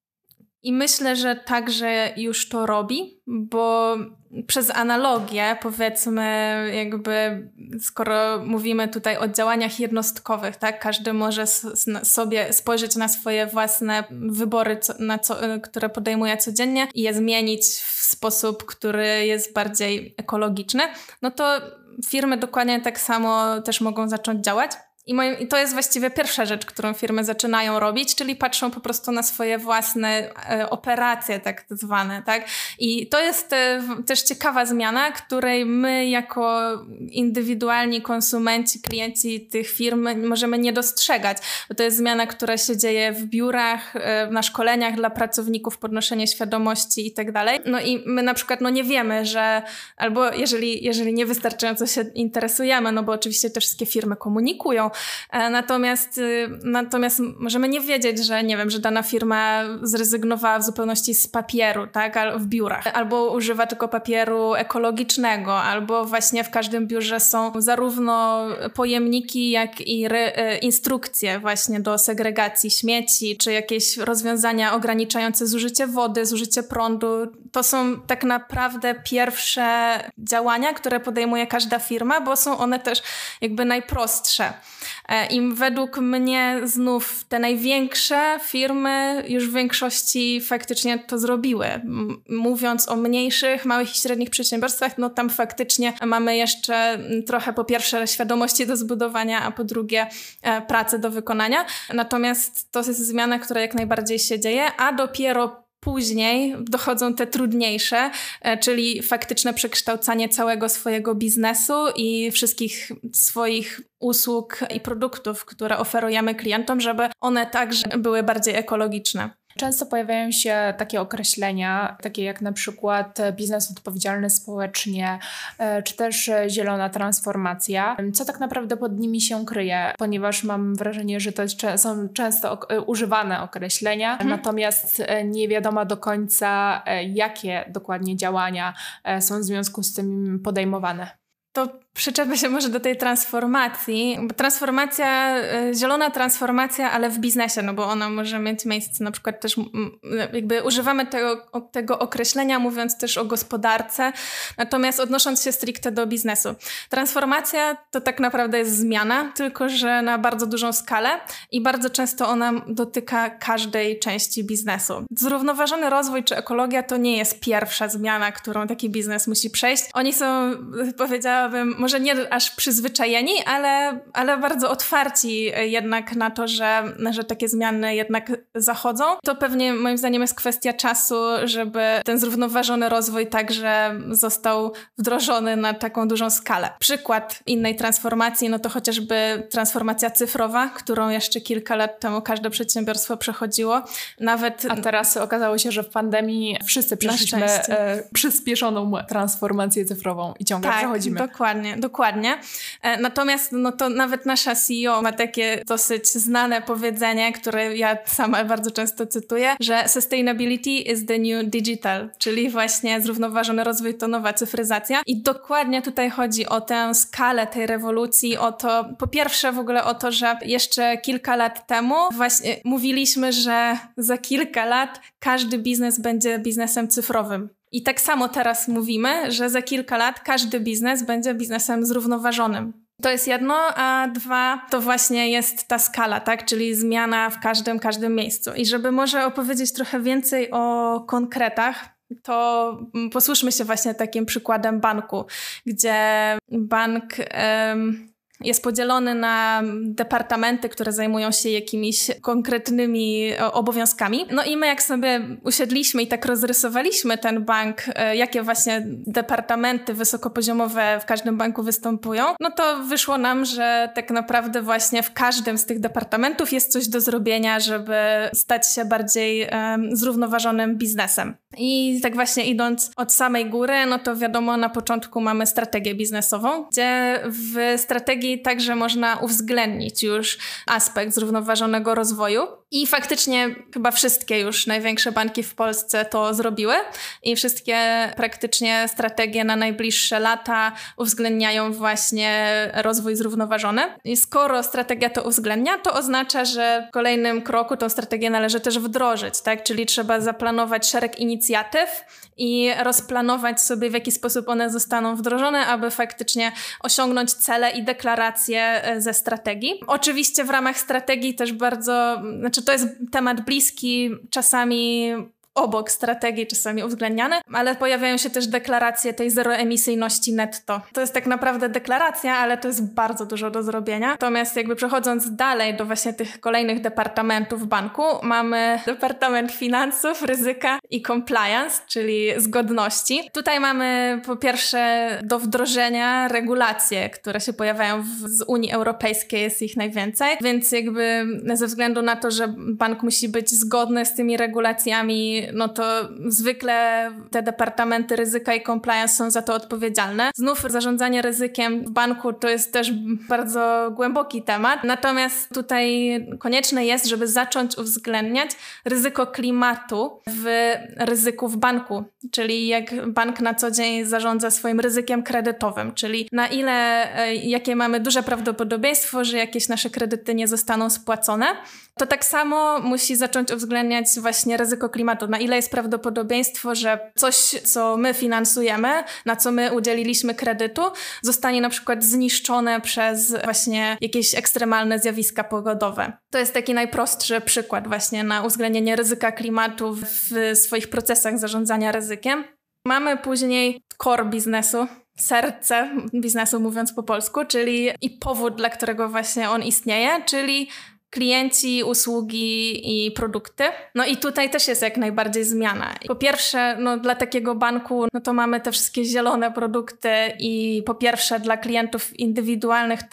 I myślę, że także już to robi, bo przez analogię, powiedzmy, jakby skoro mówimy tutaj o działaniach jednostkowych, tak, każdy może sobie spojrzeć na swoje własne wybory, które podejmuje codziennie i je zmienić w sposób, który jest bardziej ekologiczny, to firmy dokładnie tak samo też mogą zacząć działać. I to jest właściwie pierwsza rzecz, którą firmy zaczynają robić, czyli patrzą po prostu na swoje własne operacje tak zwane, tak? I to jest też ciekawa zmiana, której my jako indywidualni konsumenci, klienci tych firm możemy nie dostrzegać, bo to jest zmiana, która się dzieje w biurach, na szkoleniach dla pracowników, podnoszenie świadomości i tak dalej. I my na przykład nie wiemy, że albo jeżeli niewystarczająco się interesujemy, bo oczywiście te wszystkie firmy komunikują, Natomiast możemy nie wiedzieć, że że dana firma zrezygnowała w zupełności z papieru, tak, w biurach, albo używa tylko papieru ekologicznego, albo właśnie w każdym biurze są zarówno pojemniki, jak i instrukcje właśnie do segregacji śmieci, czy jakieś rozwiązania ograniczające zużycie wody, zużycie prądu. To są tak naprawdę pierwsze działania, które podejmuje każda firma, bo są one też jakby najprostsze. I według mnie znów te największe firmy już w większości faktycznie to zrobiły. Mówiąc o mniejszych, małych i średnich przedsiębiorstwach, no tam faktycznie mamy jeszcze trochę po pierwsze świadomości do zbudowania, a po drugie pracy do wykonania. Natomiast to jest zmiana, która jak najbardziej się dzieje, a dopiero później dochodzą te trudniejsze, czyli faktyczne przekształcanie całego swojego biznesu i wszystkich swoich usług i produktów, które oferujemy klientom, żeby one także były bardziej ekologiczne. Często pojawiają się takie określenia, takie jak na przykład biznes odpowiedzialny społecznie, czy też zielona transformacja. Co tak naprawdę pod nimi się kryje? Ponieważ mam wrażenie, że to są często używane określenia, natomiast nie wiadomo do końca, jakie dokładnie działania są w związku z tym podejmowane. To przyczepię się może do tej transformacji, bo zielona transformacja, ale w biznesie, no bo ona może mieć miejsce, na przykład też jakby używamy tego określenia, mówiąc też o gospodarce, natomiast odnosząc się stricte do biznesu. Transformacja to tak naprawdę jest zmiana, tylko że na bardzo dużą skalę i bardzo często ona dotyka każdej części biznesu. Zrównoważony rozwój czy ekologia to nie jest pierwsza zmiana, którą taki biznes musi przejść. Oni są, powiedziałabym, może nie aż przyzwyczajeni, ale bardzo otwarci jednak na to, że takie zmiany jednak zachodzą. To pewnie moim zdaniem jest kwestia czasu, żeby ten zrównoważony rozwój także został wdrożony na taką dużą skalę. Przykład innej transformacji, no to chociażby transformacja cyfrowa, którą jeszcze kilka lat temu każde przedsiębiorstwo przechodziło. A teraz okazało się, że w pandemii wszyscy przeszliśmy przyspieszoną transformację cyfrową i ciągle przechodzimy. Dokładnie. Natomiast no to nawet nasza CEO ma takie dosyć znane powiedzenie, które ja sama bardzo często cytuję, że sustainability is the new digital, czyli właśnie zrównoważony rozwój to nowa cyfryzacja. I dokładnie tutaj chodzi o tę skalę tej rewolucji, o to, po pierwsze w ogóle o to, że jeszcze kilka lat temu właśnie mówiliśmy, że za kilka lat każdy biznes będzie biznesem cyfrowym. I tak samo teraz mówimy, że za kilka lat każdy biznes będzie biznesem zrównoważonym. To jest jedno, a dwa to właśnie jest ta skala, tak? Czyli zmiana w każdym miejscu. I żeby może opowiedzieć trochę więcej o konkretach, to posłuchajmy się właśnie takim przykładem banku, gdzie bank jest podzielony na departamenty, które zajmują się jakimiś konkretnymi obowiązkami. No i my jak sobie usiedliśmy i tak rozrysowaliśmy ten bank, jakie właśnie departamenty wysokopoziomowe w każdym banku występują, no to wyszło nam, że tak naprawdę właśnie w każdym z tych departamentów jest coś do zrobienia, żeby stać się bardziej zrównoważonym biznesem. I tak właśnie idąc od samej góry, no to wiadomo, na początku mamy strategię biznesową, gdzie w strategii także można uwzględnić już aspekt zrównoważonego rozwoju. I faktycznie chyba wszystkie już największe banki w Polsce to zrobiły i wszystkie praktycznie strategie na najbliższe lata uwzględniają właśnie rozwój zrównoważony. I skoro strategia to uwzględnia, to oznacza, że w kolejnym kroku tą strategię należy też wdrożyć, tak? Czyli trzeba zaplanować szereg inicjatyw i rozplanować sobie, w jaki sposób one zostaną wdrożone, aby faktycznie osiągnąć cele i deklaracje ze strategii. Oczywiście w ramach strategii też to jest temat bliski, czasami obok strategii, czasami uwzględniany, ale pojawiają się też deklaracje tej zeroemisyjności netto. To jest tak naprawdę deklaracja, ale to jest bardzo dużo do zrobienia. Natomiast jakby przechodząc dalej do właśnie tych kolejnych departamentów banku, mamy Departament Finansów, Ryzyka i Compliance, czyli zgodności. Tutaj mamy po pierwsze do wdrożenia regulacje, które się pojawiają z Unii Europejskiej, jest ich najwięcej, więc jakby ze względu na to, że bank musi być zgodny z tymi regulacjami, no to zwykle te departamenty ryzyka i compliance są za to odpowiedzialne. Znów zarządzanie ryzykiem w banku to jest też bardzo głęboki temat. Natomiast tutaj konieczne jest, żeby zacząć uwzględniać ryzyko klimatu w ryzyku w banku, czyli jak bank na co dzień zarządza swoim ryzykiem kredytowym, czyli na ile, jakie mamy duże prawdopodobieństwo, że jakieś nasze kredyty nie zostaną spłacone to tak samo musi zacząć uwzględniać właśnie ryzyko klimatu. Na ile jest prawdopodobieństwo, że coś, co my finansujemy, na co my udzieliliśmy kredytu, zostanie na przykład zniszczone przez właśnie jakieś ekstremalne zjawiska pogodowe. To jest taki najprostszy przykład właśnie na uwzględnienie ryzyka klimatu w swoich procesach zarządzania ryzykiem. Mamy później core biznesu, serce biznesu, mówiąc po polsku, czyli i powód, dla którego właśnie on istnieje, czyli klienci, usługi i produkty. No i tutaj też jest jak najbardziej zmiana. Po pierwsze, dla takiego banku, to mamy te wszystkie zielone produkty i po pierwsze dla klientów indywidualnych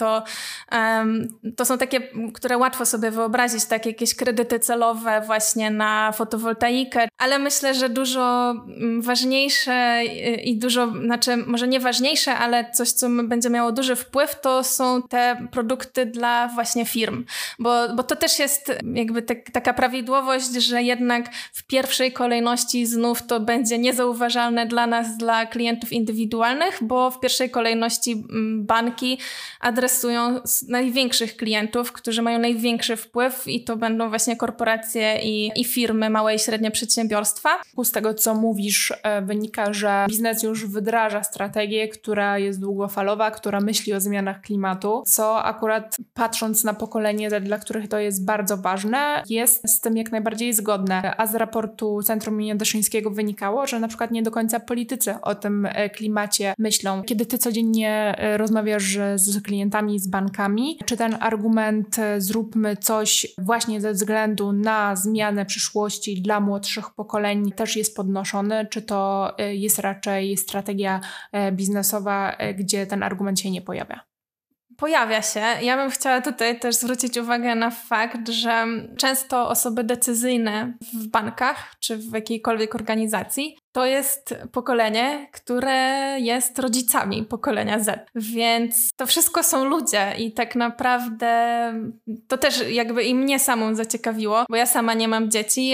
to są takie, które łatwo sobie wyobrazić, tak jakieś kredyty celowe właśnie na fotowoltaikę, ale myślę, że dużo ważniejsze i dużo, może nie ważniejsze, ale coś, co będzie miało duży wpływ, to są te produkty dla właśnie firm, bo to też jest jakby taka prawidłowość, że jednak w pierwszej kolejności znów to będzie niezauważalne dla nas, dla klientów indywidualnych, bo w pierwszej kolejności banki adresują największych klientów, którzy mają największy wpływ i to będą właśnie korporacje i firmy, małe i średnie przedsiębiorstwa. Z tego, co mówisz, wynika, że biznes już wdraża strategię, która jest długofalowa, która myśli o zmianach klimatu, co akurat patrząc na pokolenie Z, dla których to jest bardzo ważne, jest z tym jak najbardziej zgodne. A z raportu Centrum im. Wyszyńskiego wynikało, że na przykład nie do końca politycy o tym klimacie myślą. Kiedy ty codziennie rozmawiasz z klientami, z bankami, czy ten argument zróbmy coś właśnie ze względu na zmianę przyszłości dla młodszych pokoleń też jest podnoszony, czy to jest raczej strategia biznesowa, gdzie ten argument się nie pojawia? Pojawia się. Ja bym chciała tutaj też zwrócić uwagę na fakt, że często osoby decyzyjne w bankach czy w jakiejkolwiek organizacji to jest pokolenie, które jest rodzicami pokolenia Z. Więc to wszystko są ludzie i tak naprawdę to też jakby i mnie samą zaciekawiło, bo ja sama nie mam dzieci,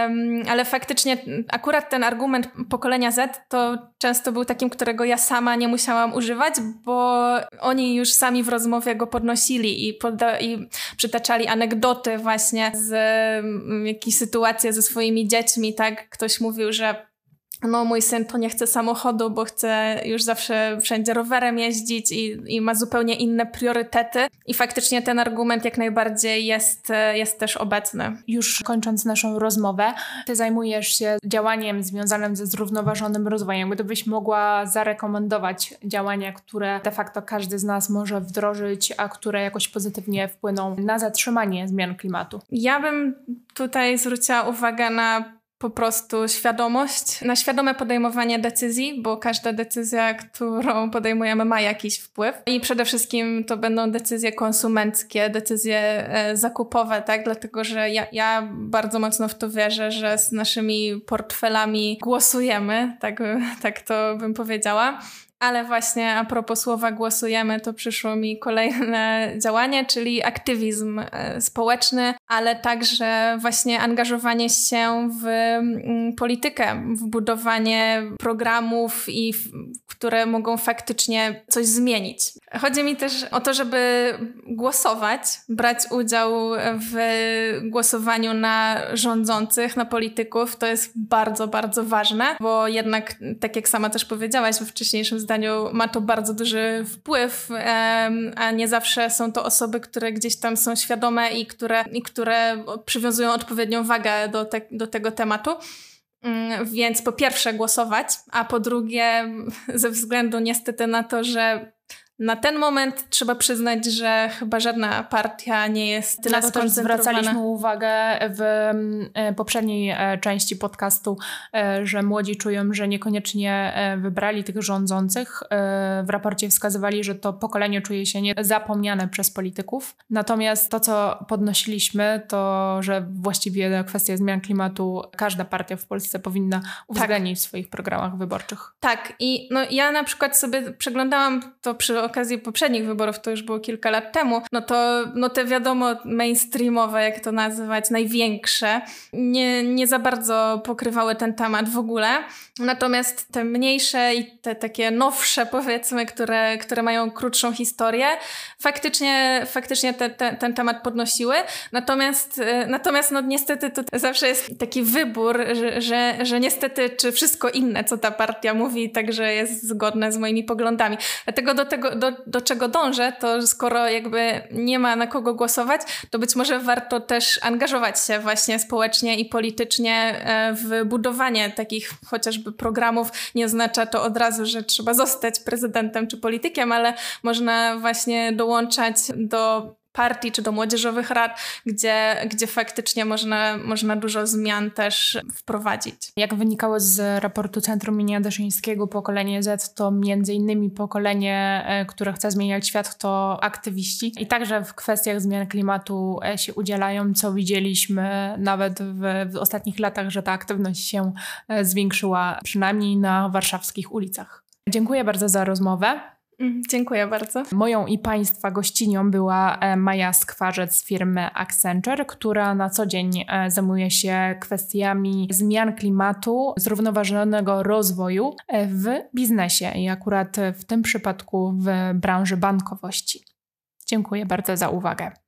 ale faktycznie akurat ten argument pokolenia Z to często był takim, którego ja sama nie musiałam używać, bo oni już sami w rozmowie go podnosili i przytaczali anegdoty właśnie z jakiejś sytuacji ze swoimi dziećmi, tak? Ktoś mówił, że mój syn to nie chce samochodu, bo chce już zawsze wszędzie rowerem jeździć i ma zupełnie inne priorytety. I faktycznie ten argument jak najbardziej jest też obecny. Już kończąc naszą rozmowę, ty zajmujesz się działaniem związanym ze zrównoważonym rozwojem. Gdybyś mogła zarekomendować działania, które de facto każdy z nas może wdrożyć, a które jakoś pozytywnie wpłyną na zatrzymanie zmian klimatu. Ja bym tutaj zwróciła uwagę na po prostu świadomość, na świadome podejmowanie decyzji, bo każda decyzja, którą podejmujemy, ma jakiś wpływ. I przede wszystkim to będą decyzje konsumenckie, decyzje zakupowe, tak? Dlatego, że ja bardzo mocno w to wierzę, że z naszymi portfelami głosujemy, tak to bym powiedziała. Ale właśnie a propos słowa głosujemy, to przyszło mi kolejne działanie, czyli aktywizm społeczny, ale także właśnie angażowanie się w politykę, w budowanie programów, które mogą faktycznie coś zmienić. Chodzi mi też o to, żeby głosować, brać udział w głosowaniu na rządzących, na polityków. To jest bardzo, bardzo ważne, bo jednak, tak jak sama też powiedziałaś we wcześniejszym zdaniu, ma to bardzo duży wpływ, a nie zawsze są to osoby, które gdzieś tam są świadome i które przywiązują odpowiednią wagę do tego tematu. Więc po pierwsze głosować, a po drugie ze względu niestety na to, że na ten moment trzeba przyznać, że chyba żadna partia nie jest tyle skoncentrowana. Zwracaliśmy uwagę w poprzedniej części podcastu, że młodzi czują, że niekoniecznie wybrali tych rządzących. W raporcie wskazywali, że to pokolenie czuje się zapomniane przez polityków. Natomiast to, co podnosiliśmy, to, że właściwie kwestia zmian klimatu każda partia w Polsce powinna uwzględnić w swoich programach wyborczych. Tak. I ja na przykład sobie przeglądałam to przy okazji poprzednich wyborów, to już było kilka lat temu, no te wiadomo mainstreamowe, jak to nazywać, największe, nie za bardzo pokrywały ten temat w ogóle. Natomiast te mniejsze i te takie nowsze, powiedzmy, które mają krótszą historię, faktycznie ten temat podnosiły. Natomiast no niestety to zawsze jest taki wybór, że niestety czy wszystko inne, co ta partia mówi, także jest zgodne z moimi poglądami. Dlatego do czego dążę, to skoro jakby nie ma na kogo głosować, to być może warto też angażować się właśnie społecznie i politycznie w budowanie takich chociażby programów. Nie oznacza to od razu, że trzeba zostać prezydentem czy politykiem, ale można właśnie dołączać do partii czy do młodzieżowych rad, gdzie faktycznie można dużo zmian też wprowadzić. Jak wynikało z raportu Centrum imienia Daszyńskiego, pokolenie Z to między innymi pokolenie, które chce zmieniać świat, to aktywiści. I także w kwestiach zmian klimatu się udzielają, co widzieliśmy nawet w ostatnich latach, że ta aktywność się zwiększyła, przynajmniej na warszawskich ulicach. Dziękuję bardzo za rozmowę. Dziękuję bardzo. Moją i Państwa gościnią była Maja Skwarzec z firmy Accenture, która na co dzień zajmuje się kwestiami zmian klimatu, zrównoważonego rozwoju w biznesie i akurat w tym przypadku w branży bankowości. Dziękuję bardzo za uwagę.